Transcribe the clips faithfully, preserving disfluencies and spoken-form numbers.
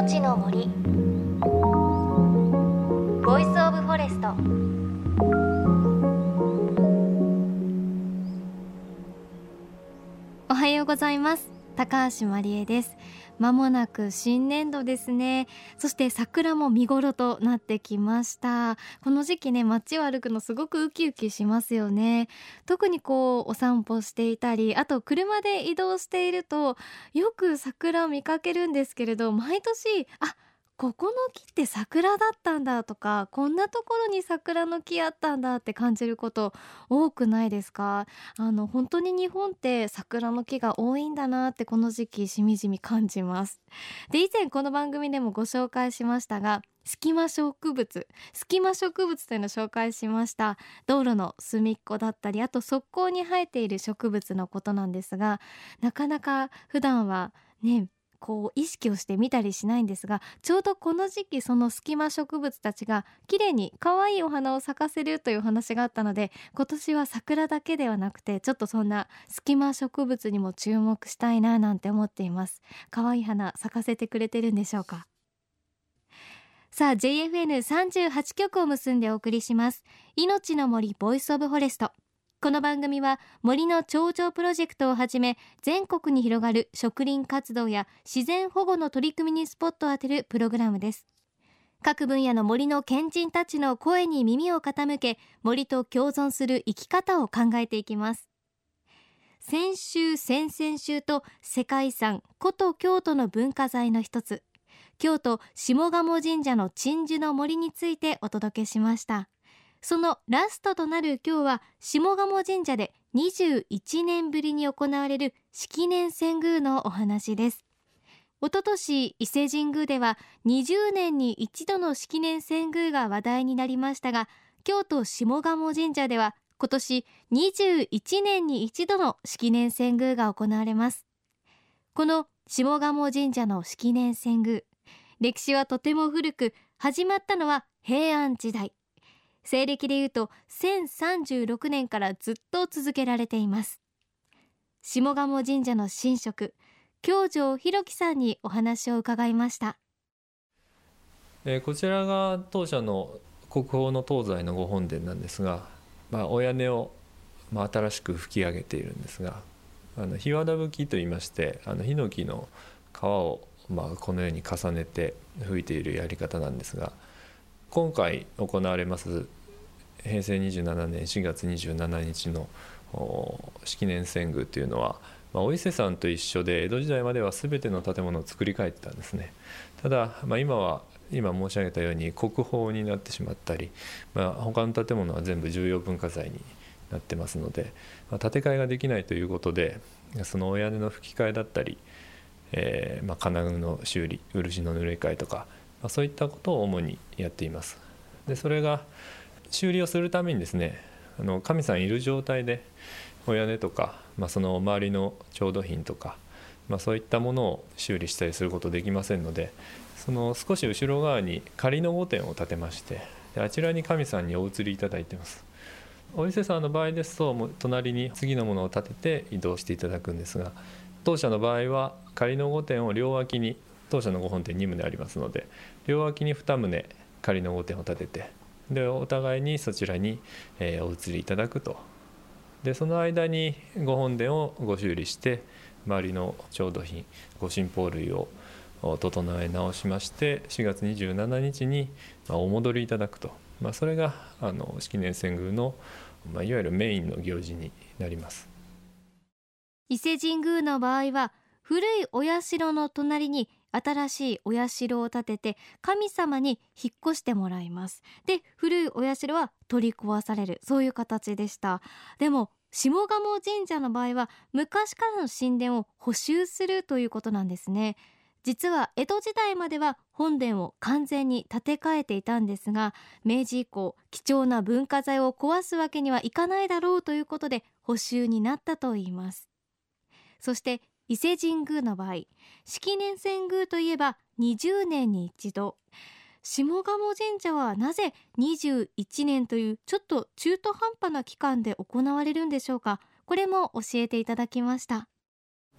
命の森ボイスオブフォレスト。おはようございます。高橋まりえです。まもなく新年度ですね。そして桜も見頃となってきました。この時期ね、街を歩くのすごくウキウキしますよね。特にこうお散歩していたり、あと車で移動しているとよく桜を見かけるんですけれど、毎年あここの木って桜だったんだとか、こんなところに桜の木あったんだって感じること多くないですか？あの本当に日本って桜の木が多いんだなってこの時期しみじみ感じます。で、以前この番組でもご紹介しましたが、隙間植物隙間植物というのを紹介しました。道路の隅っこだったり、あと側溝に生えている植物のことなんですが、なかなか普段はねこう意識をして見たりしないんですが、ちょうどこの時期その隙間植物たちが綺麗に可愛いお花を咲かせるという話があったので、今年は桜だけではなくてちょっとそんな隙間植物にも注目したいななんて思っています。可愛い花咲かせてくれてるんでしょうか。さあ ジェイエフエヌさんじゅうはち 局を結んでお送りします命の森ボイスオブフォレスト。この番組は森の頂上プロジェクトをはじめ、全国に広がる植林活動や自然保護の取り組みにスポットを当てるプログラムです。各分野の森の賢人たちの声に耳を傾け、森と共存する生き方を考えていきます。先週先々週と世界遺産古都京都の文化財の一つ、京都下鴨神社の鎮守の森についてお届けしました。そのラストとなる今日は、下鴨神社でにじゅういちねんぶりに行われる式年遷宮のお話です。おととし伊勢神宮ではにじゅうねんに一度の式年遷宮が話題になりましたが、京都下鴨神社では今年にじゅういちねんに一度の式年遷宮が行われます。この下鴨神社の式年遷宮、歴史はとても古く、始まったのは平安時代。西暦でいうとせんさんじゅうろくねんからずっと続けられています。下鴨神社の神職京城弘樹さんにお話を伺いました。 えー、こちらが当社の国宝の東西の御本殿なんですが、まあ、お屋根を、まあ、新しく吹き上げているんですが、あの日和田吹きといいまして、あのヒノキの皮を、まあ、このように重ねて吹いているやり方なんですが、今回行われますへいせいにじゅうななねんしがつにじゅうしちにちの式年遷宮というのは、まあ、お伊勢さんと一緒で江戸時代までは全ての建物を作り変えてたんですね。ただ、まあ、今は今申し上げたように国宝になってしまったり、まあ、他の建物は全部重要文化財になってますので、まあ、建て替えができないということで、そのお屋根の吹き替えだったり、えーまあ、金具の修理、漆の塗り替えとか、まあ、そういったことを主にやっています。でそれが修理をするためにですね、あの神さんいる状態でお屋根とか、まあ、その周りの調度品とか、まあ、そういったものを修理したりすることできませんので、その少し後ろ側に仮の御殿を建てまして、であちらに神さんにお移りいただいています。お伊勢さんの場合ですと、もう隣に次のものを建てて移動していただくんですが、当社の場合は仮の御殿を両脇に、当社の御本殿に棟ありますので、両脇にに棟仮の御殿を建てて、でお互いにそちらに、えー、お移りいただくと。でその間に御本殿をご修理して、周りの調度品、ご神宝類を整え直しまして、しがつにじゅうしちにちにお戻りいただくと、まあ、それがあの式年遷宮の、まあ、いわゆるメインの行事になります。 伊勢神宮の場合は古いお社の隣に新しいお社を建てて神様に引っ越してもらいます。で古いお社は取り壊される、そういう形でした。でも下鴨神社の場合は昔からの神殿を補修するということなんですね。実は江戸時代までは本殿を完全に建て替えていたんですが、明治以降貴重な文化財を壊すわけにはいかないだろうということで補修になったといいます。そして伊勢神宮の場合、式年遷宮といえばにじゅうねんに一度。下鴨神社はなぜにじゅういちねんというちょっと中途半端な期間で行われるんでしょうか。これも教えていただきました。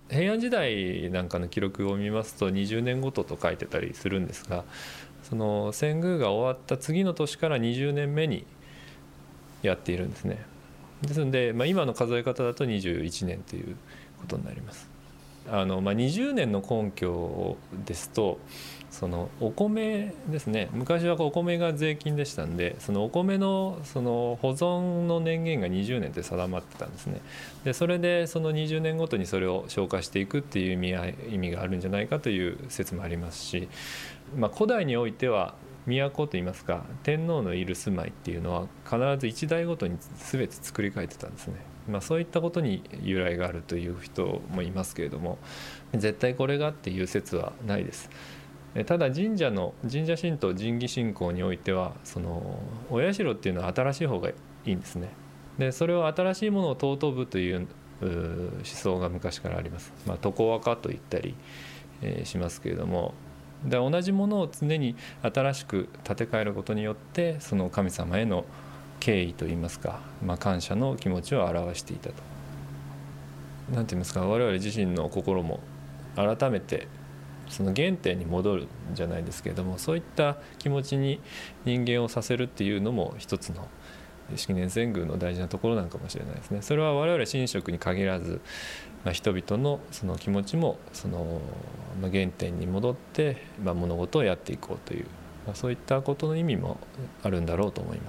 平安時代なんかの記録を見ますとにじゅうねんごとと書いてたりするんですが、その遷宮が終わった次の年からにじゅうねんめにやっているんですね。ですので、まあ、今の数え方だとにじゅういちねんということになります。あの、まあ、にじゅうねんの根拠ですと、そのお米ですね、昔はお米が税金でしたんで、そのお米のその保存の年限がにじゅうねんって定まってたんですね。でそれでそのにじゅうねんごとにそれを消化していくっていう意味合い意味があるんじゃないかという説もありますし、まあ、古代においては都といいますか、天皇のいる住まいっていうのは必ず一代ごとに全て作り変えてたんですね。まあ、そういったことに由来があるという人もいますけれども、絶対これがっていう説はないです。ただ神社の神社神道神器信仰においては、そのお社っていうのは新しい方がいいんですね。でそれを新しいものを尊ぶという思想が昔からあります。まあ、常若と言ったり、えー、しますけれども、で同じものを常に新しく建て替えることによって、その神様への敬意といいますか、まあ、感謝の気持ちを表していたと。なんて言いますか、我々自身の心も改めてその原点に戻るんじゃないですけれども、そういった気持ちに人間をさせるっていうのも一つの式年遷宮の大事なところなのかもしれないですね。それは我々神職に限らず、まあ、人々のその気持ちもその、まあ、原点に戻って、まあ、物事をやっていこうという、まあ、そういったことの意味もあるんだろうと思います。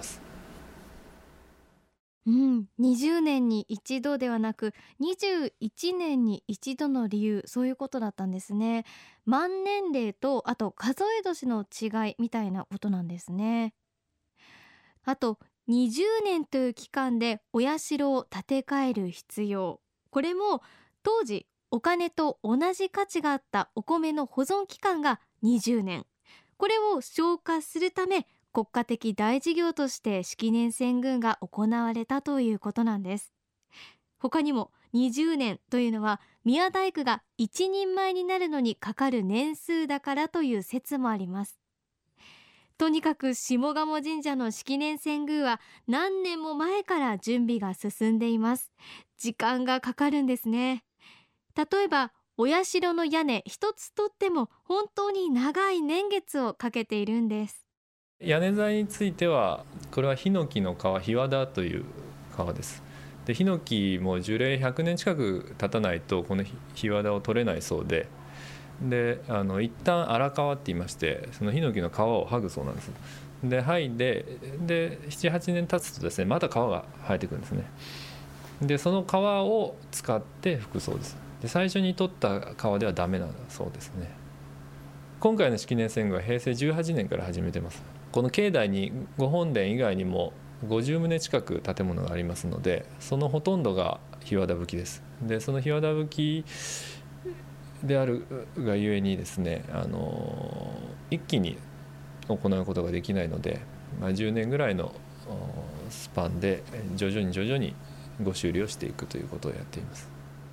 うん、にじゅうねんに一度ではなくにじゅういちねんに一度の理由、そういうことだったんですね。満年齢とあと数え年の違いみたいなことなんですね。あとにじゅうねんという期間でお社を建て替える必要、これも当時お金と同じ価値があったお米の保存期間がにじゅうねん、これを消化するため国家的大事業として式年遷宮が行われたということなんです。他にもにじゅうねんというのは宮大工が一人前になるのにかかる年数だからという説もあります。とにかく下鴨神社の式年遷宮は何年も前から準備が進んでいます。時間がかかるんですね。例えばお社の屋根一つとっても本当に長い年月をかけているんです。 屋根材については、これはヒノキの皮、ヒワダという皮です。でヒノキも樹齢ひゃくねん近く経たないとこのヒワダを取れないそうで、であの一旦荒皮って言いまして、そのヒノキの皮を剥ぐそうなんです。で剥いででななはちねん経つとですね、また皮が生えてくるんですね。でその皮を使って拭くそうです。で最初に取った皮ではダメなんだそうですね。今回の式年遷宮はへいせいじゅうはちねんから始めてます。この境内に御本殿以外にもごじゅう棟近く建物がありますので、そのほとんどが檜皮葺きです。でその檜皮葺きであるがゆえにですね、あの一気に行うことができないので、まあ、じゅうねんぐらいのスパンで徐々に徐々にご修理をしていくということをやっています。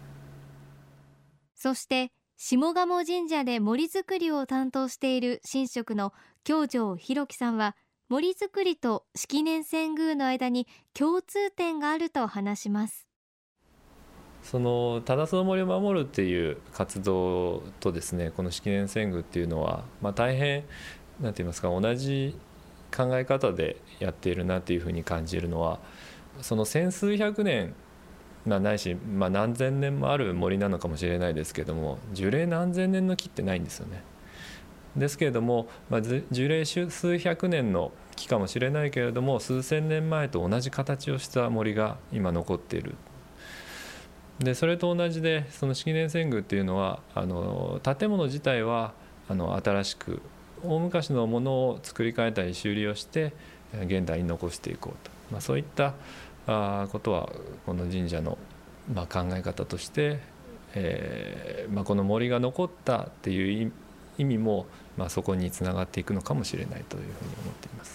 そして下鴨神社で森作りを担当している神職の京城弘樹さんは、森作りと式年遷宮の間に共通点があると話します。 その忠須の森を守るっていう活動とですね、この式年遷宮っていうのは、まあ、大変なんて言いますか、同じ考え方でやっているなというふうに感じるのは、その千数百年、まあ、ないし、まあ、何千年もある森なのかもしれないですけども、樹齢何千年の木ってないんですよね。ですけれども、まあ、樹齢数百年の木かもしれないけれども、数千年前と同じ形をした森が今残っている。でそれと同じで、その式年遷宮っていうのは、あの建物自体はあの新しく大昔のものを作り変えたり修理をして現代に残していこうと、まあ、そういったあことはこの神社の、まあ、考え方として、えーまあ、この森が残ったっていう意味も、まあ、そこにつながっていくのかもしれないというふうに思っています。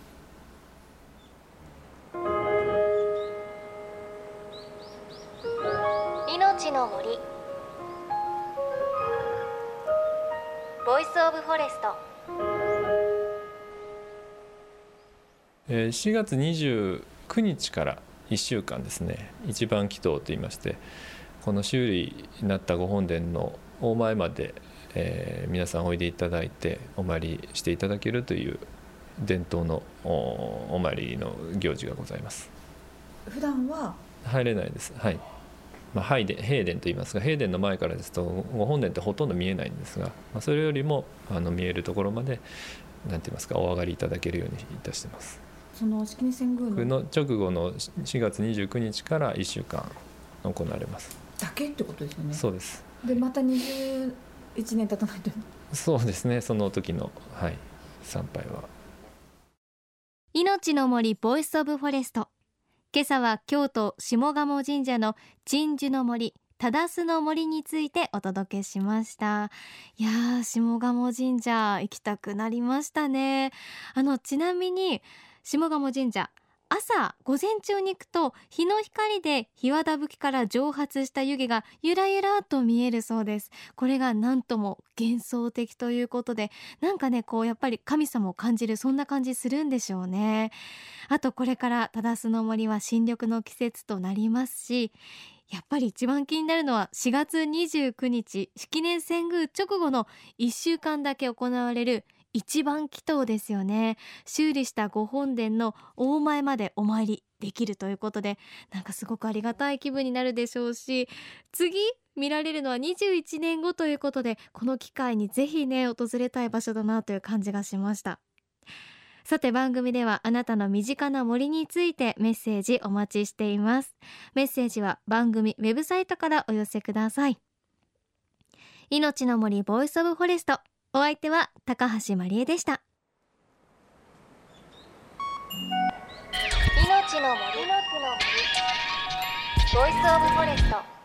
命の森、ボイスオブフォレスト。 しがつにじゅうくにちからいっしゅうかんですね、一番祈祷といいまして、 この修理になったご本殿の大前まで、えー、皆さんおいでいただいてお参りしていただけるという伝統の お, お参りの行事がございます。 普段は入れないです。はい。まあ、拝殿、幣殿といいますが、幣殿の前からですとご本殿ってほとんど見えないんですが、まあ、それよりもあの見えるところまでなんて言いますか、お上がりいただけるようにいたしてます。 その式根遷宮の直後のしがつにじゅうくにちからいっしゅうかん行われます。 だけってことですよね。 そうです。 でまたにじゅういちねん経たないと。 そうですね、その時の、はい、参拝は。 命の森ボイスオブフォレスト。今朝は京都下鴨神社の鎮守の森忠須の森についてお届けしました。いやー、下鴨神社行きたくなりましたね。あのちなみに下鴨神社、朝午前中に行くと日の光で日和田吹きから蒸発した湯気がゆらゆらと見えるそうです。これがなんとも幻想的ということで、なんかね、こうやっぱり神様を感じる、そんな感じするんでしょうね。あとこれから忠須の森は新緑の季節となりますし、やっぱり一番気になるのはしがつにじゅうくにち式年遷宮直後のいっしゅうかんだけ行われる一番祈祷ですよね。修理したご本殿の大前までお参りできるということで、なんかすごくありがたい気分になるでしょうし、次見られるのはにじゅういちねんごということで、この機会にぜひね訪れたい場所だなという感じがしました。さて番組ではあなたの身近な森についてメッセージお待ちしています。メッセージは番組ウェブサイトからお寄せください。命の森ボイスオブフォレスト、お相手は高橋まりえでした。命の森ボイスオブフォレスト。